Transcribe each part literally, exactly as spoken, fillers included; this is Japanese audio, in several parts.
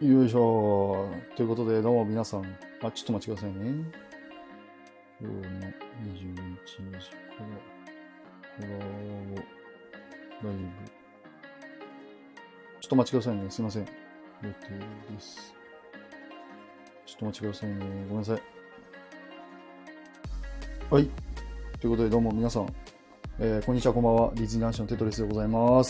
よいしょー。ということで、どうも皆さん。あ、ちょっと待ちくださいね。今日のにじゅういちにちから、コラボライブ。ちょっとお待ちくださいね。すいません。予定です。ちょっとお待ちくださいね。ごめんなさい。はい。ということで、どうも皆さん。えー、こんにちは、こんばんは。ディズニー男子のテトリスでございます。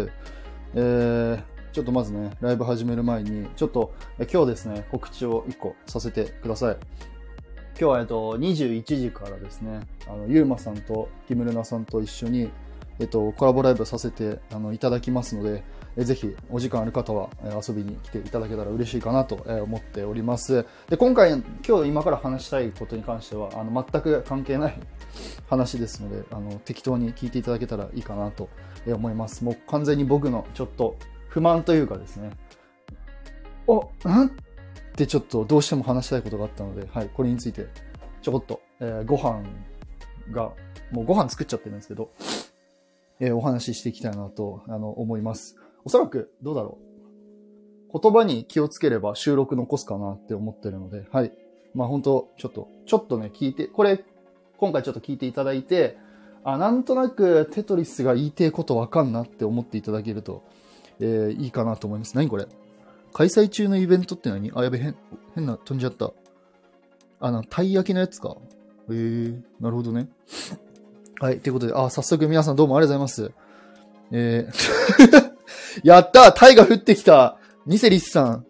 えー、ちょっとまずね、ライブ始める前に、ちょっと、え今日ですね、告知をいっこさせてください。今日は、えっと、にじゅういちじからですね、あの、ゆうまさんとキムルナさんと一緒に、えっと、コラボライブさせてあのいただきますので、えぜひお時間ある方はえ遊びに来ていただけたら嬉しいかなと思っております。で、今回、今日今から話したいことに関しては、あの、全く関係ない話ですので、あの、適当に聞いていただけたらいいかなと思います。もう完全に僕のちょっと不満というかですね、お、なんってちょっとどうしても話したいことがあったので、はい、これについてちょこっと、えー、ご飯が、もうご飯作っちゃってるんですけど、えー、お話ししていきたいなとあの思います。おそらくどうだろう。言葉に気をつければ収録残すかなって思ってるので、はい。まあ本当ちょっと、ちょっとね、聞いて、これ、今回ちょっと聞いていただいて、あ、なんとなくテトリスが言いてえことわかんなって思っていただけると、えー、いいかなと思います。何これ？開催中のイベントって何？あ、やべ、変、変な、飛んじゃった。あの、たい焼きのやつか。えー、なるほどね。はい、ということで、あ、早速皆さんどうもありがとうございます。えー、やったー！タイが降ってきた！ニセリスさん。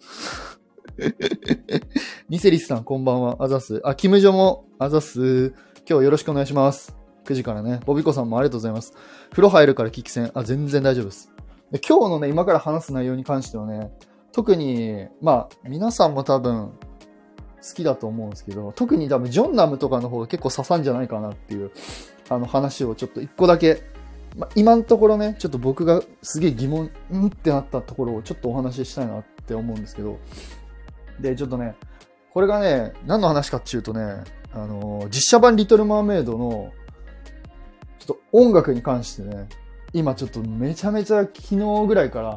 ニセリスさん、こんばんは。あざす。あ、キムジョも、あざす。今日よろしくお願いします。くじからね。ボビコさんもありがとうございます。風呂入るから聞き戦。あ、全然大丈夫です。で今日のね、今から話す内容に関してはね、特に、まあ、皆さんも多分、好きだと思うんですけど、特に多分、ジョンナムとかの方が結構刺さんじゃないかなっていう、あの話をちょっと一個だけ、まあ、今のところね、ちょっと僕がすげえ疑問、んってなったところをちょっとお話ししたいなって思うんですけど、で、ちょっとね、これがね、何の話かっていうとね、あのー、実写版リトルマーメイドの、ちょっと音楽に関してね、今ちょっとめちゃめちゃ昨日ぐらいから、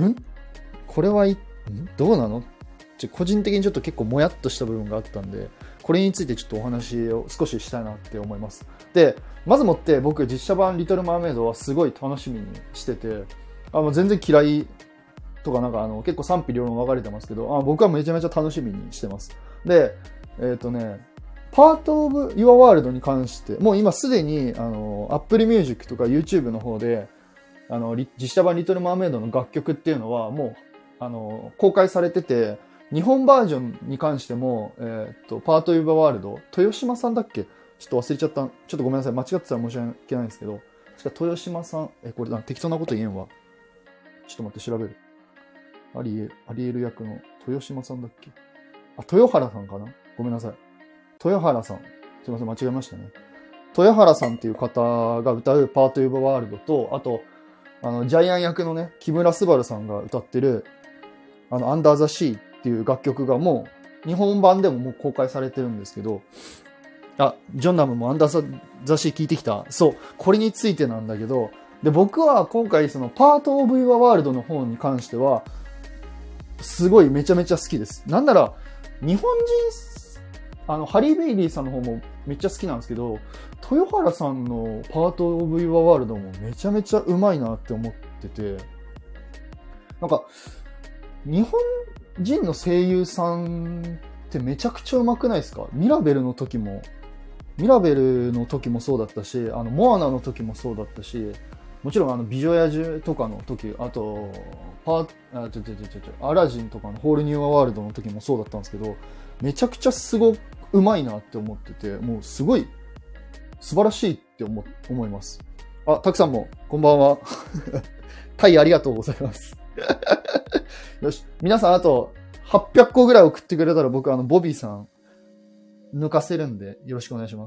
んこれはい、んどうなのちょ個人的にちょっと結構もやっとした部分があったんで、これについてちょっとお話を少ししたいなって思います。で、まずもって僕実写版リトルマーメイドはすごい楽しみにしてて、あもう全然嫌いとかなんかあの結構賛否両論分かれてますけど、あ僕はめちゃめちゃ楽しみにしてます。で、えっ、ー、とね、パートオブユアワールドに関して、もう今すでにあの Apple Music とか YouTube の方で、あの実写版リトルマーメイドの楽曲っていうのはもうあの公開されてて、日本バージョンに関しても、えっと、パートオブワールド、豊島さんだっけ？ちょっと忘れちゃった。ちょっとごめんなさい。間違ってたら申し訳ないんですけど、確か豊島さん、え、これ適当なこと言えんわ。ちょっと待って、調べる。アリエ、アリエル役の豊島さんだっけ？あ、豊原さんかな？ごめんなさい。豊原さん。すいません、間違えましたね。豊原さんっていう方が歌うパートオブワールドと、あと、あの、ジャイアン役のね、木村昴さんが歌ってる、あの、アンダーザシーっていう楽曲がもう、日本版でももう公開されてるんですけど、あ、ジョンナムもアンダーザシー聞いてきた。そう、これについてなんだけど、で、僕は今回そのパートオブユアワールドの方に関しては、すごいめちゃめちゃ好きです。なんなら、日本人、あの、ハリー・ベイリーさんの方もめっちゃ好きなんですけど、豊原さんのパートオブユアワールドもめちゃめちゃうまいなって思ってて、なんか、日本人の声優さんってめちゃくちゃうまくないですか？ミラベルの時も、ミラベルの時もそうだったし、あの、モアナの時もそうだったし、もちろんあの、美女野獣とかの時、あと、パー、あ、ちょちょちょちょちょ、アラジンとかのホールニューワールドの時もそうだったんですけど、めちゃくちゃすごくうまいなって思ってて、もうすごい素晴らしいって思、思います。あ、たくさんも、こんばんは。タイありがとうございます。よし。皆さんあとはっぴゃっこぐらい送ってくれたら僕あのボビーさん抜かせるんでよろしくお願いします。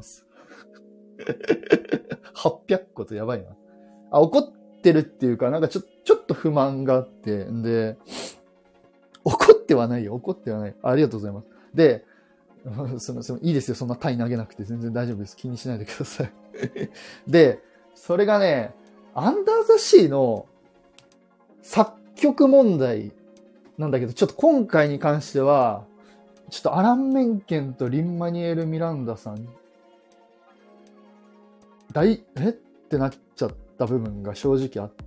はっぴゃっことやばいな。あ、怒ってるっていうかなんかちょ、ちょっと不満があって、んで、怒ってはないよ。怒ってはない。ありがとうございます。で、その、その、いいですよ。そんなタイ投げなくて全然大丈夫です。気にしないでください。で、それがね、アンダーザシーの作曲問題なんだけど、ちょっと今回に関しては、ちょっとアラン・メンケンとリン・マニエル・ミランダさん、大、えってなっちゃった部分が正直あって、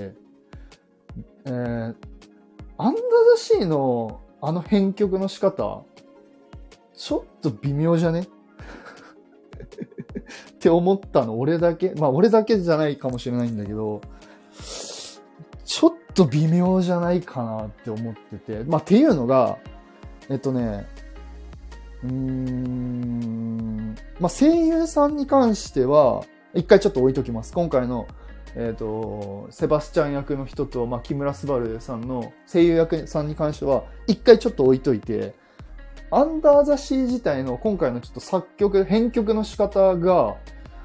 えー、アンダーザシーのあの編曲の仕方、ちょっと微妙じゃねって思ったの、俺だけ。まあ、俺だけじゃないかもしれないんだけど、ちょっと微妙じゃないかなって思ってて。まあ、っていうのが、えっとね、うーん、まあ、声優さんに関しては、一回ちょっと置いときます。今回の、えっと、セバスチャン役の人と、まあ、木村昴さんの声優役さんに関しては、一回ちょっと置いといて、アンダーザシー自体の今回のちょっと作曲、編曲の仕方が、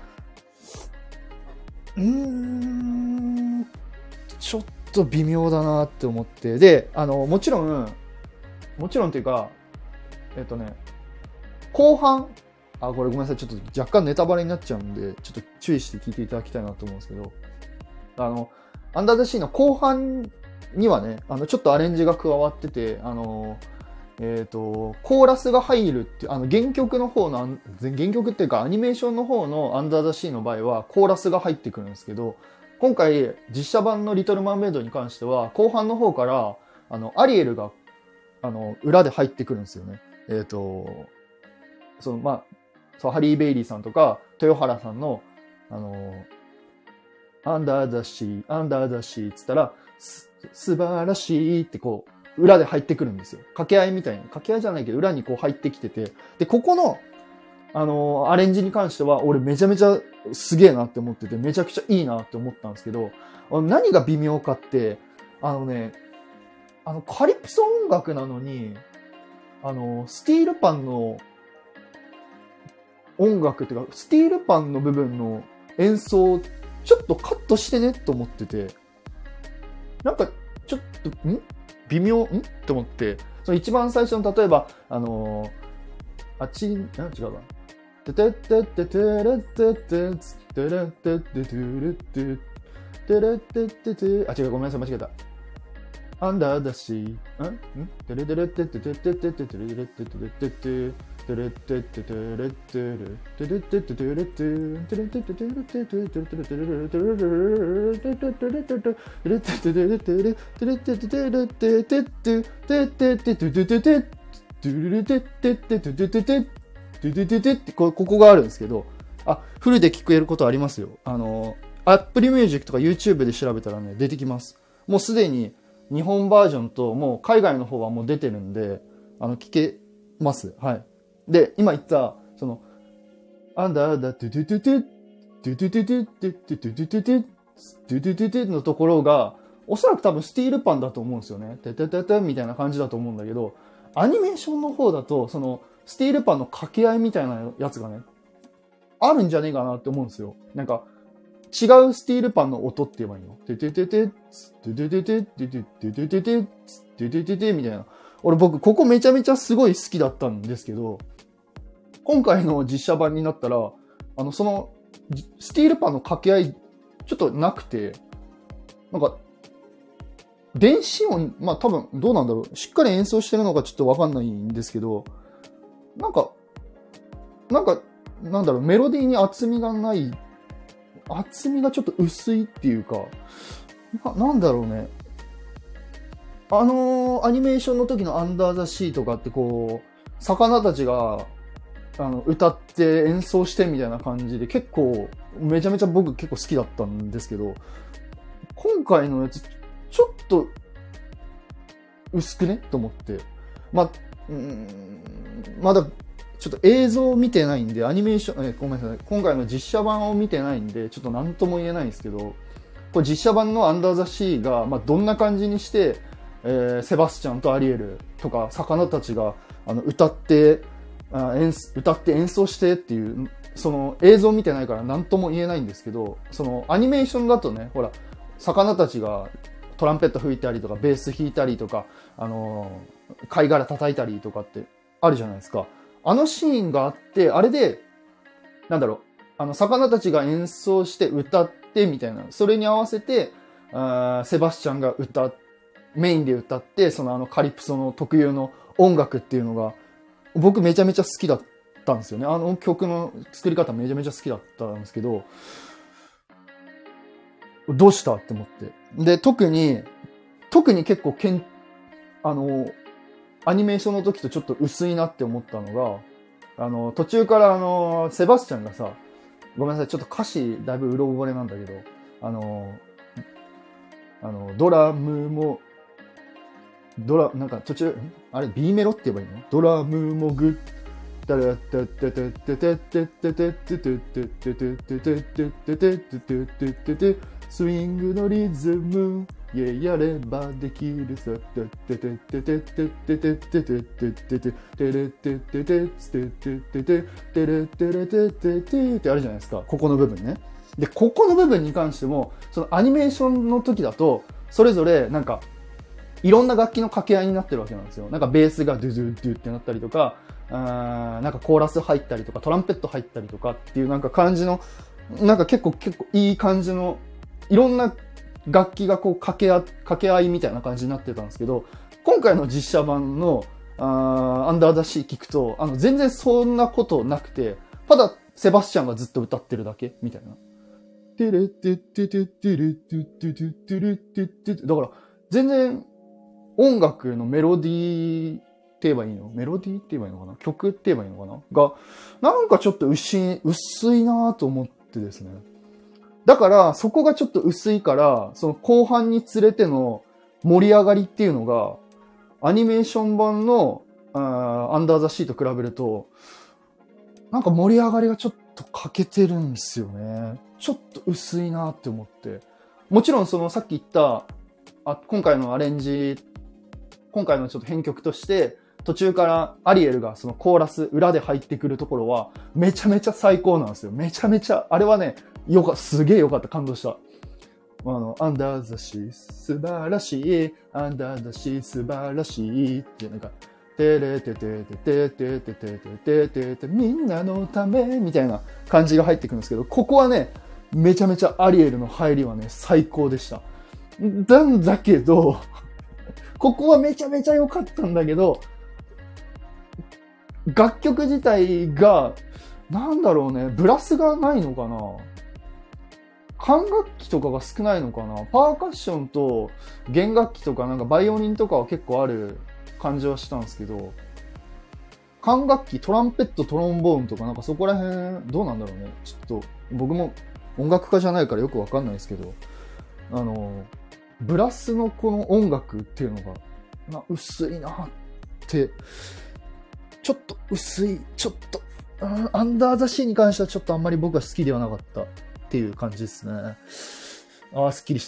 うーん、ちょっと微妙だなって思って。で、あの、もちろん、もちろんっていうか、えっとね、後半、あ、これごめんなさい、ちょっと若干ネタバレになっちゃうんで、ちょっと注意して聞いていただきたいなと思うんですけど、あの、アンダーザシーの後半にはね、あの、ちょっとアレンジが加わってて、あの、えっと、コーラスが入るっていう、あの、原曲の方の、原曲っていうかアニメーションの方のアンダーザシーの場合は、コーラスが入ってくるんですけど、今回、実写版のリトルマーメイドに関しては、後半の方から、あの、アリエルが、あの、裏で入ってくるんですよね。えっと、その、まあ、そう、ハリー・ベイリーさんとか、豊原さんの、あの、アンダーザシー、アンダーザシーっつったら、す、素晴らしいってこう、裏で入ってくるんですよ。掛け合いみたいに。掛け合いじゃないけど、裏にこう入ってきてて。で、ここの、あの、アレンジに関しては、俺めちゃめちゃすげえなって思ってて、めちゃくちゃいいなって思ったんですけど、何が微妙かって、あのね、あの、カリプソ音楽なのに、あの、スティールパンの音楽っていうか、スティールパンの部分の演奏、ちょっとカットしてねと思ってて、なんか、ちょっと、ん微妙んって思って、その一番最初の、例えば、あのー、あっち、なん違うわ。てててててれててつてれてててれててれてててあ、違う、ごめんなさい、間違えた。アンダーだし、んんてれてれてててててててれててててててれてててれてるてれてててれててれてててれてててれてててれててれてれててれてれてれてててれてててててててててててれてててててててててててってここがあるんですけど、あ、フルで聞けることありますよ。あの、Apple Music とか YouTube で調べたらね、出てきます。もうすでに日本バージョンともう海外の方はもう出てるんで、あの、聞けます。はい。で、今言った、その、アンダーダトゥトゥトゥトゥ、トゥトゥトゥトゥ、トゥトゥトゥトゥトゥ、トゥトゥトゥトゥトゥのところが、おそらく多分スティールパンだと思うんですよね。テテテテみたいな感じだと思うんだけど、アニメーションの方だと、その、スティールパンの掛け合いみたいなやつがね、あるんじゃねえかなって思うんですよ。なんか、違うスティールパンの音って言えばいいの。テテテテ、テテテテ、テテテテテテ、テテテテみたいな。俺僕、ここめちゃめちゃすごい好きだったんですけど、今回の実写版になったら、あの、その、スティールパンの掛け合い、ちょっとなくて、なんか、電子音、まあ多分どうなんだろう。しっかり演奏してるのかちょっとわかんないんですけど、なんか、なんか、なんだろう、メロディーに厚みがない、厚みがちょっと薄いっていうか、な、なんだろうね。あのー、アニメーションの時のアンダーザシーとかってこう、魚たちが、あの、歌って演奏してみたいな感じで結構、めちゃめちゃ僕結構好きだったんですけど、今回のやつ、ちょっと、薄くねと思って。まあ、うーん、まだ、ちょっと映像を見てないんで、アニメーション、え、ごめんなさい。今回の実写版を見てないんで、ちょっと何とも言えないんですけど、これ実写版のアンダーザシーが、まあ、どんな感じにして、えー、セバスチャンとアリエルとか、魚たちが、あの、歌って、あ演歌って演奏してっていう、その映像を見てないから何とも言えないんですけど、そのアニメーションだとね、ほら、魚たちがトランペット吹いたりとか、ベース弾いたりとか、あのー、貝殻叩いたりとかってあるじゃないですか。あのシーンがあって、あれで、なんだろう、あの、魚たちが演奏して歌ってみたいな、それに合わせて、あセバスチャンが歌っメインで歌って、そのあのカリプソの特有の音楽っていうのが、僕めちゃめちゃ好きだったんですよね。あの曲の作り方めちゃめちゃ好きだったんですけど、どうしたって思って。で、特に、特に結構けん、あの、アニメーションの時とちょっと薄いなって思ったのが、あの、途中からあの、セバスチャンがさ、ごめんなさい、ちょっと歌詞だいぶうろ覚えなんだけど、あの、あの、ドラムも、ドラ、なんか途中、あれ B メロって言えばいいの？ドラムもグッ、タラッタッタタッタタッタッタタッタタッタッタタッタタッタッタタッタッタッタタッスイングのリズム、いややればできるさ、タッタタッタタッタッタタッタタッタタッテレテテテテテテテテレテレテテテってあるじゃないですか、ここの部分ね。で、ここの部分に関しても、そのアニメーションの時だと、それぞれなんか、いろんな楽器の掛け合いになってるわけなんですよ。なんかベースがドゥドゥドゥってなったりとか、あなんかコーラス入ったりとか、トランペット入ったりとかっていうなんか感じの、なんか結構結構いい感じの、いろんな楽器がこう掛け合、掛け合いみたいな感じになってたんですけど、今回の実写版のあアンダーザシー聞くと、あの全然そんなことなくて、ただセバスチャンがずっと歌ってるだけみたいな。テレテテテテレテテテテレテテテだから全然音楽のメロディーって言えばいいの？メロディーって言えばいいのかな？曲って言えばいいのかな？が、なんかちょっと薄い、薄いなと思ってですね。だから、そこがちょっと薄いから、その後半につれての盛り上がりっていうのが、アニメーション版のあアンダーザシーと比べると、なんか盛り上がりがちょっと欠けてるんですよね。ちょっと薄いなって思って。もちろんそのさっき言った、あ今回のアレンジ、今回のちょっと編曲として、途中からアリエルがそのコーラス裏で入ってくるところは、めちゃめちゃ最高なんですよ。めちゃめちゃ、あれはね、よか、すげえよかった、感動した。あの、アンダーザシー、素晴らしい、アンダーザシー、素晴らしいって、なんか、てれててててててててててみんなのためみたいな感じが入ってくるんですけど、ここはね、めちゃめちゃアリエルの入りはね、最高でした。なんだけど、ここはめちゃめちゃ良かったんだけど、楽曲自体が、なんだろうね、ブラスがないのかな？管楽器とかが少ないのかな？パーカッションと弦楽器とかなんかバイオリンとかは結構ある感じはしたんですけど、管楽器、トランペット、トロンボーンとかなんかそこら辺、どうなんだろうね。ちょっと僕も音楽家じゃないからよくわかんないですけど、あの、ブラスのこの音楽っていうのが、な薄いなって、ちょっと薄い、ちょっと、うん、アンダーザシーに関してはちょっとあんまり僕は好きではなかったっていう感じですね。ああ、すっきりした。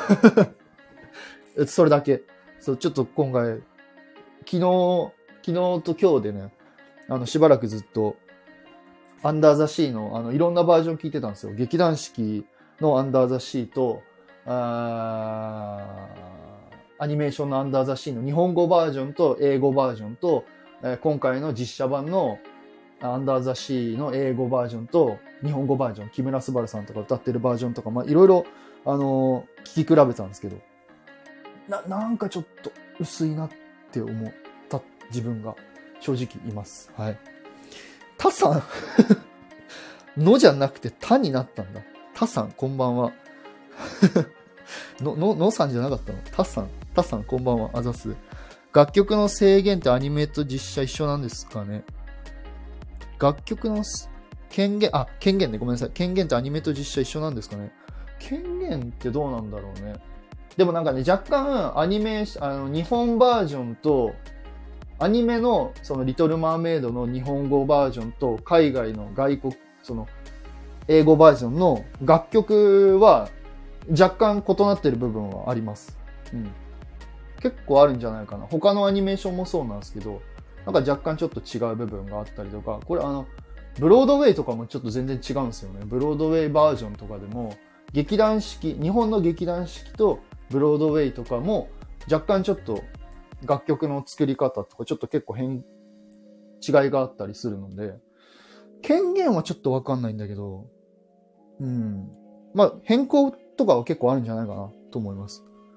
それだけ。そう、ちょっと今回、昨日、昨日と今日でね、あの、しばらくずっと、アンダーザシーの、あの、いろんなバージョン聞いてたんですよ。劇団四季のアンダーザシーと、あアニメーションのアンダーザシーの日本語バージョンと英語バージョンと、えー、今回の実写版のアンダーザシーの英語バージョンと日本語バージョン、木村昴さんとか歌ってるバージョンとか、まあ、いろいろ、あのー、聞き比べたんですけど、な、なんかちょっと薄いなって思った自分が正直います。はい。タさんのじゃなくてタになったんだ。タさん、こんばんは。の、の、のさんじゃなかったの？タさん、タさん、こんばんは。あざす。楽曲の制限ってアニメと実写一緒なんですかね？楽曲の権限、あ、権限ね、ごめんなさい。権限ってアニメと実写一緒なんですかね？権限ってどうなんだろうね。でもなんかね、若干アニメ、あの、日本バージョンと、アニメのそのリトルマーメイドの日本語バージョンと、海外の外国、その、英語バージョンの楽曲は若干異なってる部分はあります。うん。結構あるんじゃないかな。他のアニメーションもそうなんですけど、なんか若干ちょっと違う部分があったりとか、これあの、ブロードウェイとかもちょっと全然違うんですよね。ブロードウェイバージョンとかでも、劇団四季、日本の劇団四季とブロードウェイとかも若干ちょっと楽曲の作り方とかちょっと結構変、違いがあったりするので、権限はちょっとわかんないんだけど、うん。まあ、変更とかは結構あるんじゃないかなと思います。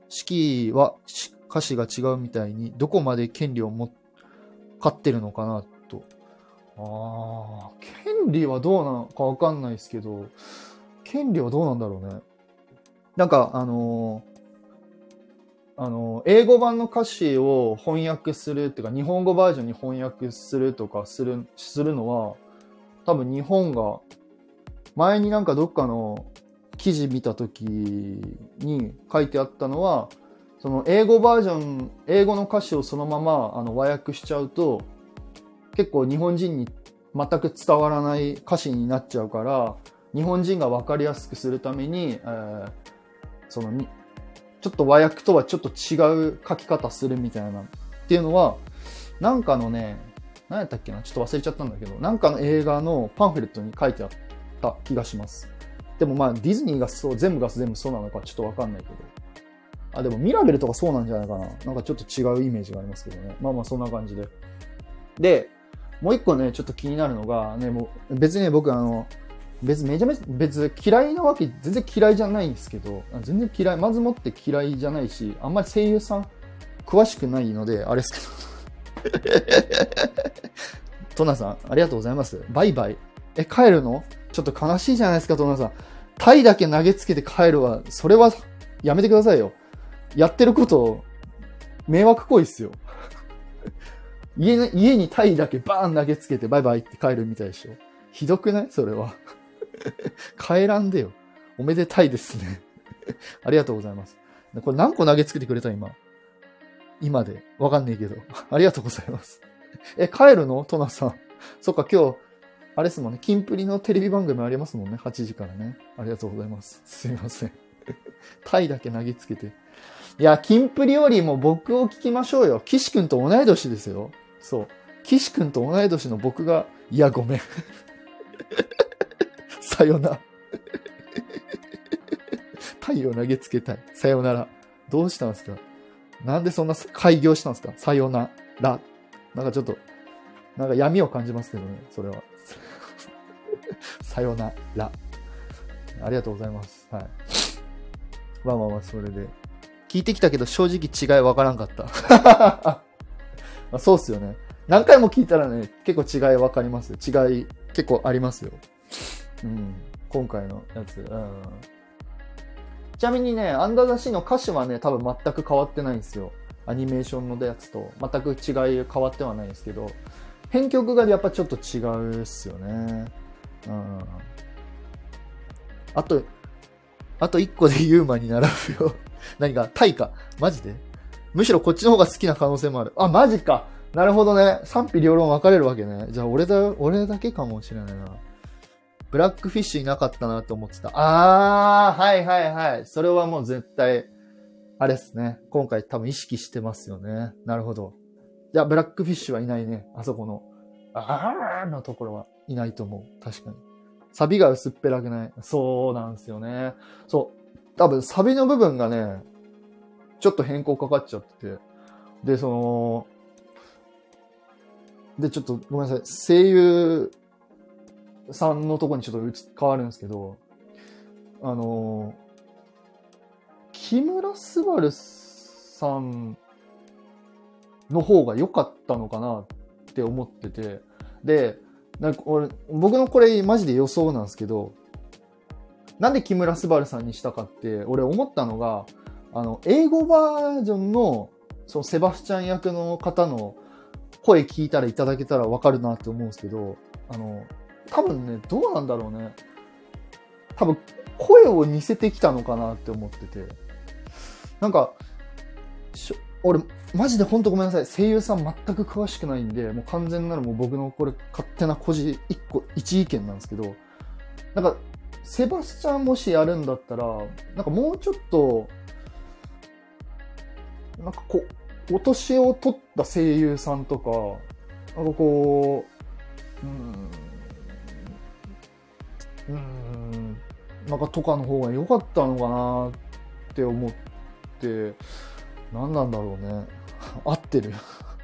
式は歌詞が違うみたいに、どこまで権利を持ってるのかなと。ああ、権利はどうなのかわかんないですけど、権利はどうなんだろうね。なんか、あのー、あのー、英語版の歌詞を翻訳するっていうか、日本語バージョンに翻訳するとかする、するのは、多分日本が、前になんかどっかの記事見たときに書いてあったのは、その英語バージョン、英語の歌詞をそのままあの和訳しちゃうと、結構日本人に全く伝わらない歌詞になっちゃうから、日本人が分かりやすくするために、えー、そのに、ちょっと和訳とはちょっと違う書き方するみたいなっていうのは、なんかのね、何やったっけな、ちょっと忘れちゃったんだけど、なんかの映画のパンフレットに書いてあった気がします。でもまあディズニーがそう、全部が全部そうなのかちょっとわかんないけど。あ、でもミラベルとかそうなんじゃないかな。なんかちょっと違うイメージがありますけどね。まあまあそんな感じで。で、もう一個ね、ちょっと気になるのが、ね、もう別にね、僕あの、別めちゃめちゃ、別嫌いなわけ、全然嫌いじゃないんですけど、全然嫌い、まずもって嫌いじゃないし、あんまり声優さん詳しくないので、あれですけど。トナさん、ありがとうございます。バイバイ。え、帰るの？ちょっと悲しいじゃないですか、トナさん。タイだけ投げつけて帰るわ。それは、やめてくださいよ。やってること、迷惑行為っすよ。家に、家にタイだけバーン投げつけてバイバイって帰るみたいでしょ。ひどくない？それは。帰らんでよ。おめでたいですね。ありがとうございます。これ何個投げつけてくれた今。今で。わかんねえけど。ありがとうございます。え、帰るの？トナさん。そっか、今日、あれですもんね。キンプリのテレビ番組ありますもんね。はちじからね。ありがとうございます。すいません。タイだけ投げつけて。いや、キンプリよりも僕を聞きましょうよ。岸くんと同い年ですよ。そう。岸くんと同い年の僕が、いや、ごめん。さよなら。タイを投げつけたい。さよなら。どうしたんですか？なんでそんな開業したんですか？さよなら。なんかちょっと、なんか闇を感じますけどね、それは。さよなら。ありがとうございます。はい。まあまあまあ、それで。聞いてきたけど正直違いわからんかった。まあ、そうっすよね。何回も聞いたらね、結構違いわかりますよ。違い結構ありますよ。うん。今回のやつ。うん。ちなみにね、アンダーザシーの歌詞はね、多分全く変わってないんですよ。アニメーションのやつと全く違い変わってはないんですけど、編曲がやっぱちょっと違うっすよね。うん。あと、あと一個でユーマに並ぶよ。何か、タイか。マジで？むしろこっちの方が好きな可能性もある。あ、マジか。なるほどね。賛否両論分かれるわけね。じゃあ俺だ、俺だけかもしれないな。ブラックフィッシュいなかったなと思ってた。あー、はいはいはい。それはもう絶対、あれっすね。今回多分意識してますよね。なるほど。じゃあブラックフィッシュはいないね。あそこの、あーのところはいないと思う。確かに。サビが薄っぺらくない。そうなんですよね。そう。多分サビの部分がね、ちょっと変更かかっちゃってて。で、その、で、ちょっとごめんなさい。声優さんのとこにちょっと変わるんですけど、あの、木村昴さんの方が良かったのかなって思ってて。で、なんか俺、僕のこれマジで予想なんですけど、なんで木村昴さんにしたかって、俺思ったのが、あの、英語バージョンの、そのセバスチャン役の方の声聞いたらいただけたらわかるなって思うんですけど、あの、多分ね、どうなんだろうね。多分、声を似せてきたのかなって思ってて。なんか、しょ俺、マジでほんとごめんなさい。声優さん全く詳しくないんで、もう完全なるもう僕のこれ勝手な個人、一個、一意見なんですけど、なんか、セバスチャンもしやるんだったら、なんかもうちょっと、なんかこう、お年を取った声優さんとか、なんかこう、うーん、うーん、なんかとかの方が良かったのかなって思って、何なんだろうね。合ってる。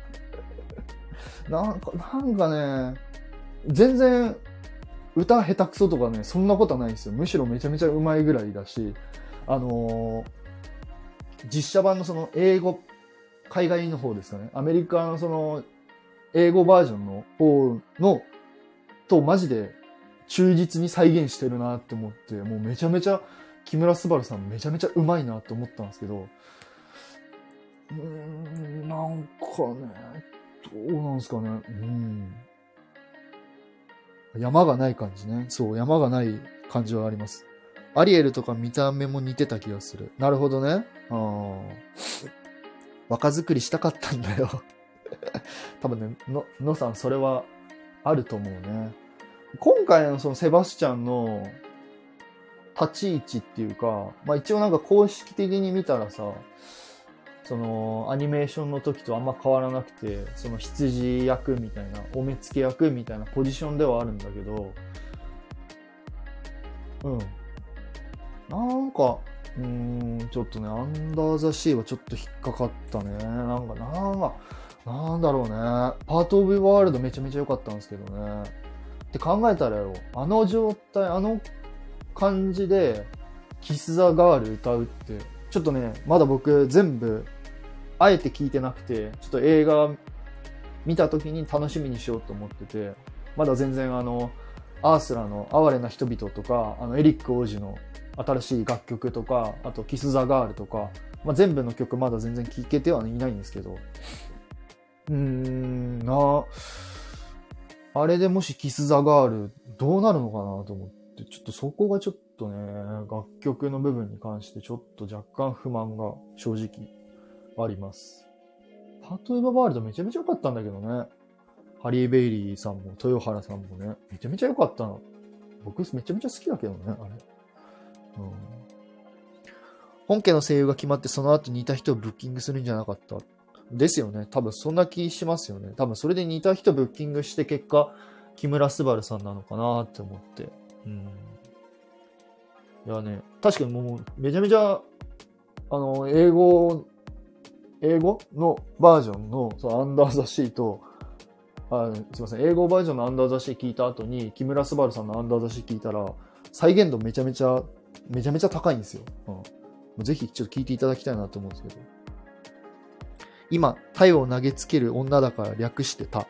なんか、なんかね、全然、歌下手くそとかね、そんなことはないんですよ。むしろめちゃめちゃ上手いぐらいだし、あの実写版のその英語、海外の方ですかね。アメリカのその英語バージョンの方の、とマジで忠実に再現してるなって思って、もうめちゃめちゃ木村昴さんめちゃめちゃうまいなって思ったんですけど、うーん、なんかね、どうなんですかね。うん。山がない感じね。そう、山がない感じはあります。アリエルとか見た目も似てた気がする。なるほどね。あー若作りしたかったんだよ。多分ね、の、のさんそれはあると思うね。今回のそのセバスチャンの立ち位置っていうか、まあ一応なんか公式的に見たらさ、そのアニメーションの時とあんま変わらなくて、その羊役みたいな、お目付け役みたいなポジションではあるんだけど、うん。なんか、うーん、ちょっとね、アンダーザシーはちょっと引っかかったね。なんか、なんか、なんだろうね。パートオブワールドめちゃめちゃ良かったんですけどね。って考えたらよ、あの状態、あの感じで、キス・ザ・ガール歌うって、ちょっとね、まだ僕全部、あえて聞いてなくて、ちょっと映画見た時に楽しみにしようと思ってて、まだ全然あの、アースラの哀れな人々とか、あの、エリック王子の新しい楽曲とか、あとキス・ザ・ガールとか、まあ、全部の曲まだ全然聴けてはいないんですけど、うーん、な、あれでもしキス・ザ・ガールどうなるのかなと思って、ちょっとそこがちょっとね、楽曲の部分に関してちょっと若干不満が正直あります。パート・オブ・ワールドめちゃめちゃ良かったんだけどね。ハリー・ベイリーさんも豊原さんもね、めちゃめちゃ良かったの。僕めちゃめちゃ好きだけどね、あれ。うん、本家の声優が決まってその後似た人をブッキングするんじゃなかったですよね。多分そんな気しますよね。多分それで似た人ブッキングして結果、木村昴さんなのかなって思って。うん。いやね、確かにもうめちゃめちゃ、あの、英語、英語のバージョンのそのアンダーザシーと、あ、すいません、英語バージョンのアンダーザシー聞いた後に、木村昴さんのアンダーザシー聞いたら、再現度めちゃめちゃ、めちゃめちゃ高いんですよ。うん、ぜひちょっと聞いていただきたいなと思うんですけど。今、太陽を投げつける女だから略してた。ど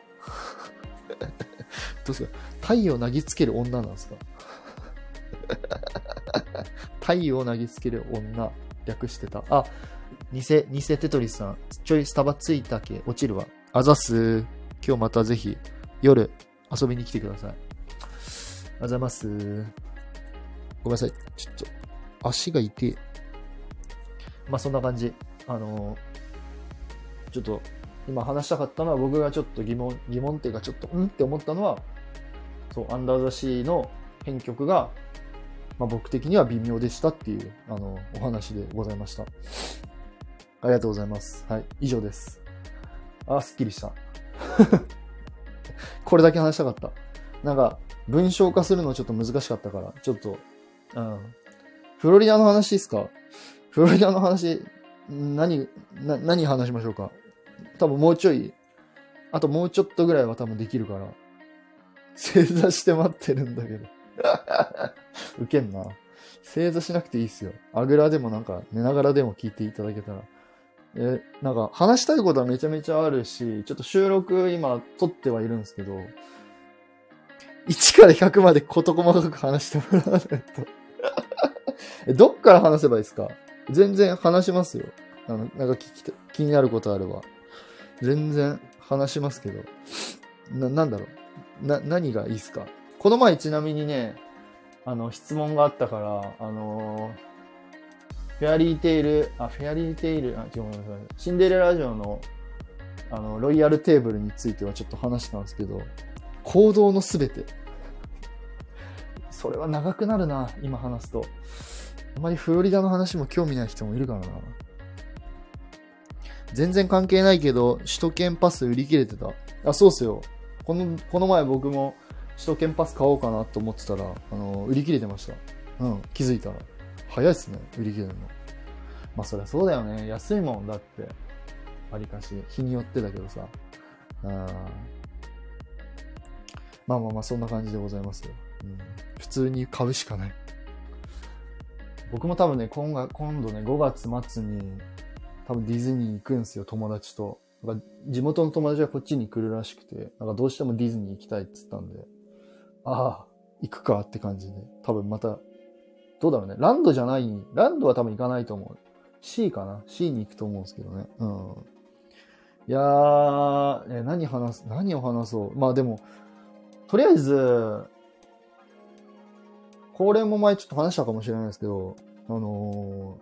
うですか？太陽を投げつける女なんですか？太陽を投げつける女、略してた。あ、偽、偽テトリスさん、ちょいスタバついたけ落ちるわ。あざっす。今日またぜひ夜遊びに来てください。ありがとうございます。ごめんなさい。ちょっと足が痛い。まあそんな感じ。あのー、ちょっと今話したかったのは、僕がちょっと疑問、疑問っていうかちょっとんって思ったのは、そう、アンダーザシーの編曲が、まあ、僕的には微妙でしたっていう、あの、お話でございました。ありがとうございます。はい、以上です。あ、すっきりした。これだけ話したかった。なんか、文章化するのちょっと難しかったから、ちょっと、うん。フロリダの話ですか？フロリダの話、何、な、何話しましょうか？多分もうちょい、あともうちょっとぐらいは多分できるから、正座して待ってるんだけど。ウケんな。正座しなくていいっすよ。あぐらでもなんか寝ながらでも聞いていただけたら。え、なんか話したいことはめちゃめちゃあるし、ちょっと収録今撮ってはいるんですけど、いちからひゃくまで事細かく話してもらわないと。え、どっから話せばいいですか？全然話しますよ。あの、なんか聞きた、気になることあれば。全然話しますけど。な、なんだろう。な、何がいいっすか？この前ちなみにね、あの、質問があったから、あのー、フェアリーテイル、あ、フェアリーテイル、あ、違う、ごめんなさい。シンデレラ城の、あの、ロイヤルテーブルについてはちょっと話したんですけど、行動のすべて。それは長くなるな、今話すと。あまりフロリダの話も興味ない人もいるからな。全然関係ないけど、首都圏パス売り切れてた。あ、そうっすよ。この、この前僕も首都圏パス買おうかなと思ってたら、あの、売り切れてました。うん、気づいたら。早いっすね、売り切れるの。まあそりゃそうだよね。安いもんだって。わりかし。日によってだけどさ。あまあまあまあ、そんな感じでございますよ。うん、普通に買うしかない。僕も多分ね、今が今度ね、ごがつ末に、 多分ディズニー行くんですよ、友達と。なんか地元の友達がこっちに来るらしくて、なんかどうしてもディズニー行きたいって言ったんで、ああ、行くかって感じで、多分また、どうだろうね。ランドじゃない、ランドは多分行かないと思う。C かな ?C に行くと思うんですけどね。うん。いやー、え何話す、何を話そう。まあでも、とりあえず、これも前ちょっと話したかもしれないですけど、あの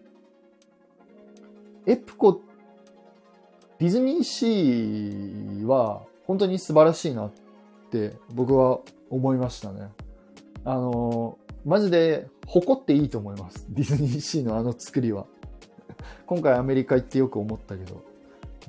ー、エプコ、ディズニーシーは本当に素晴らしいなって僕は思いましたね。あのー、マジで誇っていいと思います。ディズニーシーのあの作りは。今回アメリカ行ってよく思ったけど。うん、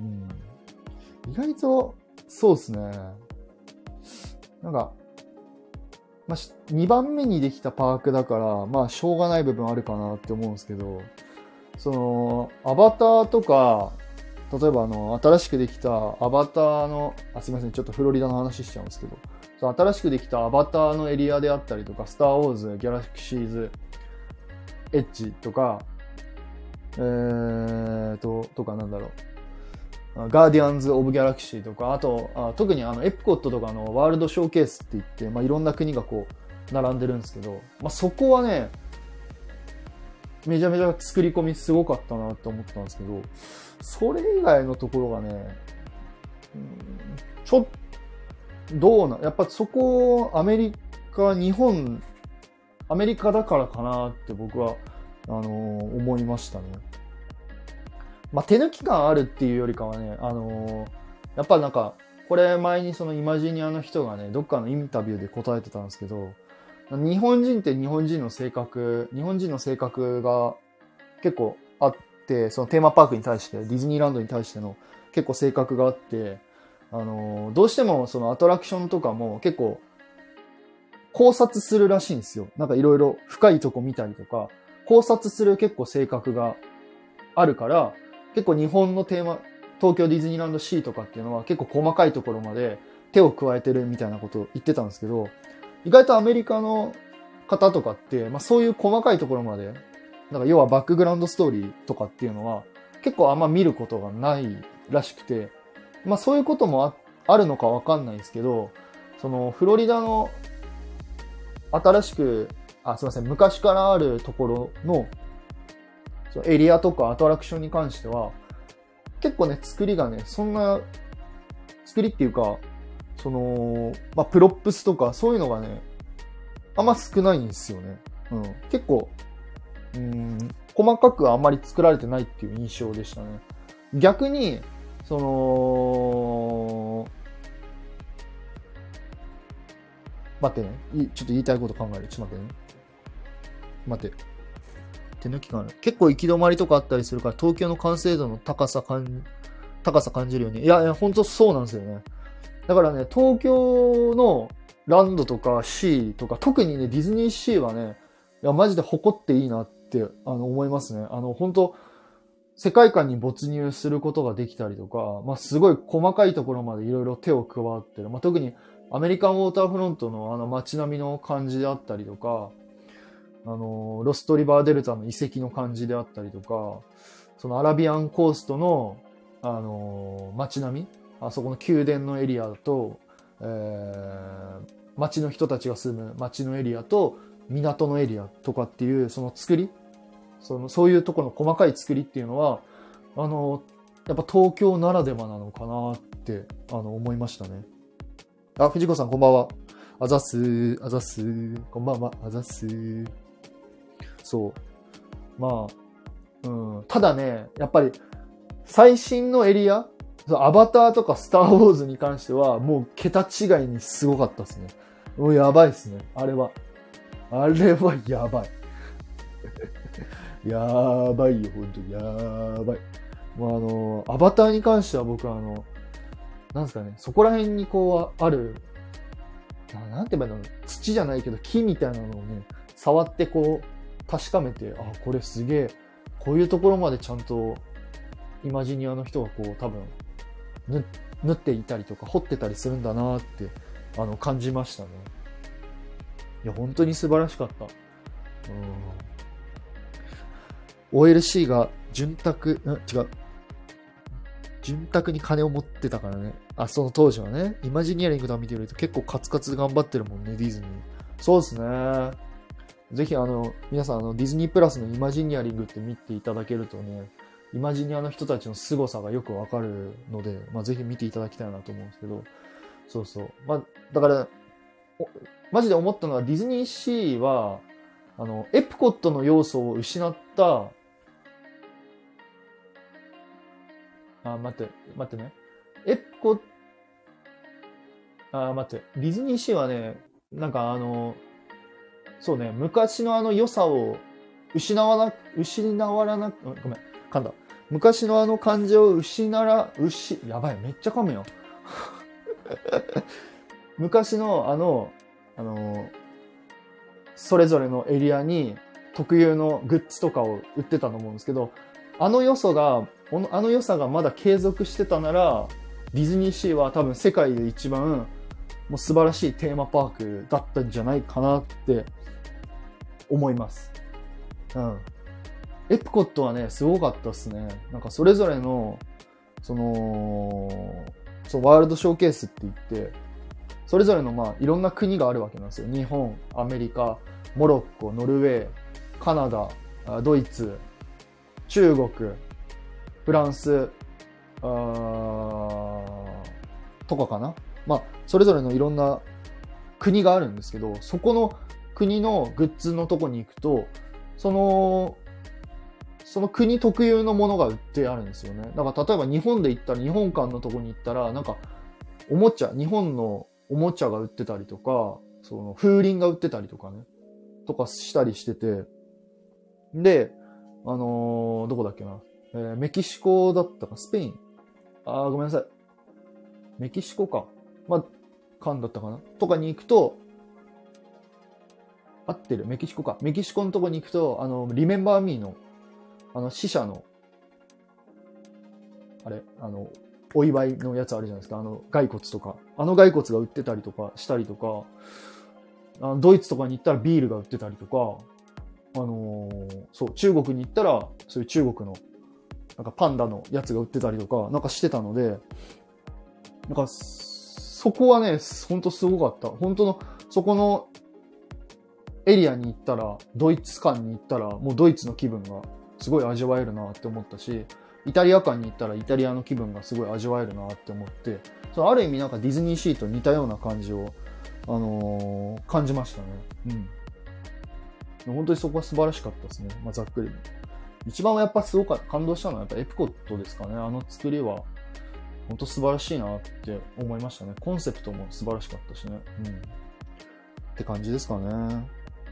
意外と、そうですね。なんか、まあ、にばんめにできたパークだから、まあ、しょうがない部分あるかなって思うんですけど、その、アバターとか、例えばあの、新しくできたアバターの、あ、すいません、ちょっとフロリダの話しちゃうんですけど、その新しくできたアバターのエリアであったりとか、スター・ウォーズ・ギャラクシーズ・エッジとか、えーと、とかなんだろう。ガーディアンズ・オブ・ギャラクシーとか、あと、あ特にあのエプコットとかのワールドショーケースって言って、まあ、いろんな国がこう、並んでるんですけど、まあ、そこはね、めちゃめちゃ作り込みすごかったなって思ったんですけど、それ以外のところがね、うん、ちょっと、どうな、やっぱそこ、アメリカ、日本、アメリカだからかなって僕は、あのー、思いましたね。まあ、手抜き感あるっていうよりかはね、あのー、やっぱなんか、これ前にそのイマジニアの人がね、どっかのインタビューで答えてたんですけど、日本人って日本人の性格、日本人の性格が結構あって、そのテーマパークに対して、ディズニーランドに対しての結構性格があって、あのー、どうしてもそのアトラクションとかも結構考察するらしいんですよ。なんかいろいろ深いとこ見たりとか、考察する結構性格があるから、結構日本のテーマ、東京ディズニーランドシーとかっていうのは結構細かいところまで手を加えてるみたいなことを言ってたんですけど、意外とアメリカの方とかって、まあそういう細かいところまで、なんか要はバックグラウンドストーリーとかっていうのは結構あんま見ることがないらしくて、まあそういうことも あ, あるのかわかんないんですけど、そのフロリダの新しく、あ、すいません、昔からあるところのエリアとかアトラクションに関しては、結構ね、作りがね、そんな、作りっていうか、その、まあ、プロップスとか、そういうのがね、あんま少ないんですよね。うん。結構、うん、細かくあんまり作られてないっていう印象でしたね。逆に、その、待ってね。ちょっと言いたいこと考える。ちょっと待ってね。待って。手抜き感ある。結構行き止まりとかあったりするから、東京の完成度の高さ感、高さ感じるよね。いや、いや、ほんとそうなんですよね。だからね、東京のランドとかシーとか、特にね、ディズニーシーはね、いや、マジで誇っていいなってあの思いますね。あの、本当世界観に没入することができたりとか、まあ、すごい細かいところまでいろいろ手を加わってる。まあ、特にアメリカンウォーターフロントのあの街並みの感じであったりとか、あの、ロストリバーデルタの遺跡の感じであったりとか、そのアラビアンコーストの、あの、街並み、あそこの宮殿のエリアと、えー、街の人たちが住む街のエリアと、港のエリアとかっていう、その作り、その、そういうところの細かい作りっていうのは、あの、やっぱ東京ならではなのかなって、あの、思いましたね。あ、藤子さんこんばんは。あざすー、あざすー、こんばんは、あざすー。そう。まあ、うん。ただね、やっぱり、最新のエリア、アバターとかスターウォーズに関しては、もう桁違いにすごかったですね。もうやばいですね。あれは。あれはやばい。やばいよ、ほんと。やばい。もうあの、アバターに関しては僕はあの、なんですかね、そこら辺にこう、ある、なんて言えばいいの、土じゃないけど木みたいなのをね、触ってこう、確かめて、あ、これすげえ、こういうところまでちゃんと、イマジニアの人がこう、多分、ぬ、縫っていたりとか、掘ってたりするんだなって、あの、感じましたね。いや、本当に素晴らしかった。うん、オーエルシー が潤沢、ん違う。潤沢に金を持ってたからね。あ、その当時はね。イマジニアリングとか見てると結構カツカツ頑張ってるもんね、ディズニー。そうですね。ぜひあの、皆さんあの、ディズニープラスのイマジニアリングって見ていただけるとね、イマジニアの人たちの凄さがよくわかるので、まあ、ぜひ見ていただきたいなと思うんですけど、そうそう。まあ、だから、マジで思ったのはディズニーシーは、あの、エプコットの要素を失った、あ、待って、待ってね。エプコ、あ、待って。ディズニーシーはね、なんかあの、そうね、昔のあの良さを失わな、失わらな、ごめん、噛んだ。昔のあの感じを失ら、失、やばい、めっちゃ噛むよ。昔のあの、あの、それぞれのエリアに特有のグッズとかを売ってたと思うんですけど、あの良さが、あの良さがまだ継続してたなら、ディズニーシーは多分世界で一番もう素晴らしいテーマパークだったんじゃないかなって思います。うん。エプコットはね、すごかったっすね。なんかそれぞれの、その、そう、ワールドショーケースって言って、それぞれのまあいろんな国があるわけなんですよ。日本、アメリカ、モロッコ、ノルウェー、カナダ、ドイツ、中国、フランス、あとかかな。まあ、それぞれのいろんな国があるんですけど、そこの国のグッズのとこに行くと、その、その国特有のものが売ってあるんですよね。だから例えば日本で行ったら、日本館のとこに行ったら、なんか、おもちゃ、日本のおもちゃが売ってたりとか、その風鈴が売ってたりとかね、とかしたりしてて、で、あのー、どこだっけな、えー、メキシコだったか、スペイン。あー、ごめんなさい。メキシコか。まあ、カンだったかなとかに行くと、合ってる。メキシコか。メキシコのとこに行くと、あの、リメンバーミーの、あの、死者の、あれ、あの、お祝いのやつあるじゃないですか。あの、骸骨とか。あの骸骨が売ってたりとかしたりとか、あのドイツとかに行ったらビールが売ってたりとか、あのー、そう、中国に行ったら、そういう中国の、なんかパンダのやつが売ってたりとか、なんかしてたので、なんか、そこはね、ほんとすごかった。本当の、そこのエリアに行ったら、ドイツ館に行ったら、もうドイツの気分がすごい味わえるなって思ったし、イタリア館に行ったらイタリアの気分がすごい味わえるなって思って、そのある意味なんかディズニーシーと似たような感じを、あのー、感じましたね。うん。本当にそこは素晴らしかったですね。まあ、ざっくり。一番やっぱすごかった、感動したのはやっぱエプコットですかね。あの作りは、本当素晴らしいなって思いましたね。コンセプトも素晴らしかったしね。うん。って感じですかね。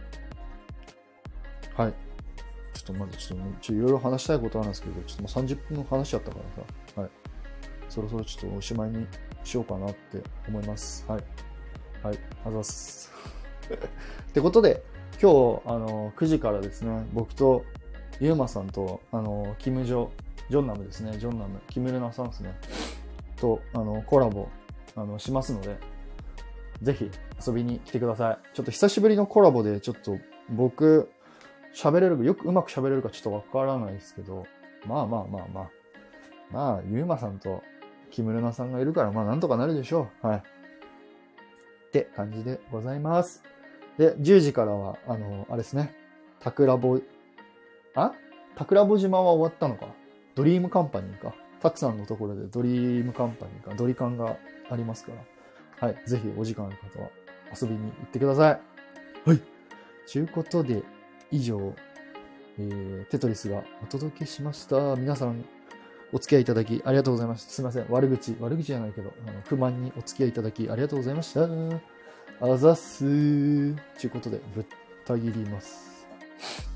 はい。ちょっとまだちょっと、ちょいろいろ話したいことあるんですけど、ちょっともうさんじゅっぷん話しちゃったからさ。はい。そろそろちょっとおしまいにしようかなって思います。はい。はい。あざっす。ってことで、今日、あの、くじからですね、僕とゆうまさんと、あの、キムジョ、ジョンナムですね、ジョンナム、キムルナさんですね、と、あの、コラボ、あの、しますので、ぜひ遊びに来てください。ちょっと久しぶりのコラボで、ちょっと僕、喋れるか、よくうまく喋れるかちょっとわからないですけど、まあまあまあまあ、まあ、ゆうまさんとキムルナさんがいるから、まあなんとかなるでしょう。はい。って感じでございます。で、じゅうじからは、あの、あれですね、タクラボ、あタクラボ島は終わったのか。ドリームカンパニーか。たくさんのところでドリームカンパニーか、ドリカンがありますから。はい。ぜひお時間ある方は遊びに行ってください。はい。ということで、以上、えー、テトリスがお届けしました。皆さん、お付き合いいただきありがとうございました。すいません。悪口、悪口じゃないけど、あの不満にお付き合いいただきありがとうございました。あざっすー。ということで、ぶった切ります。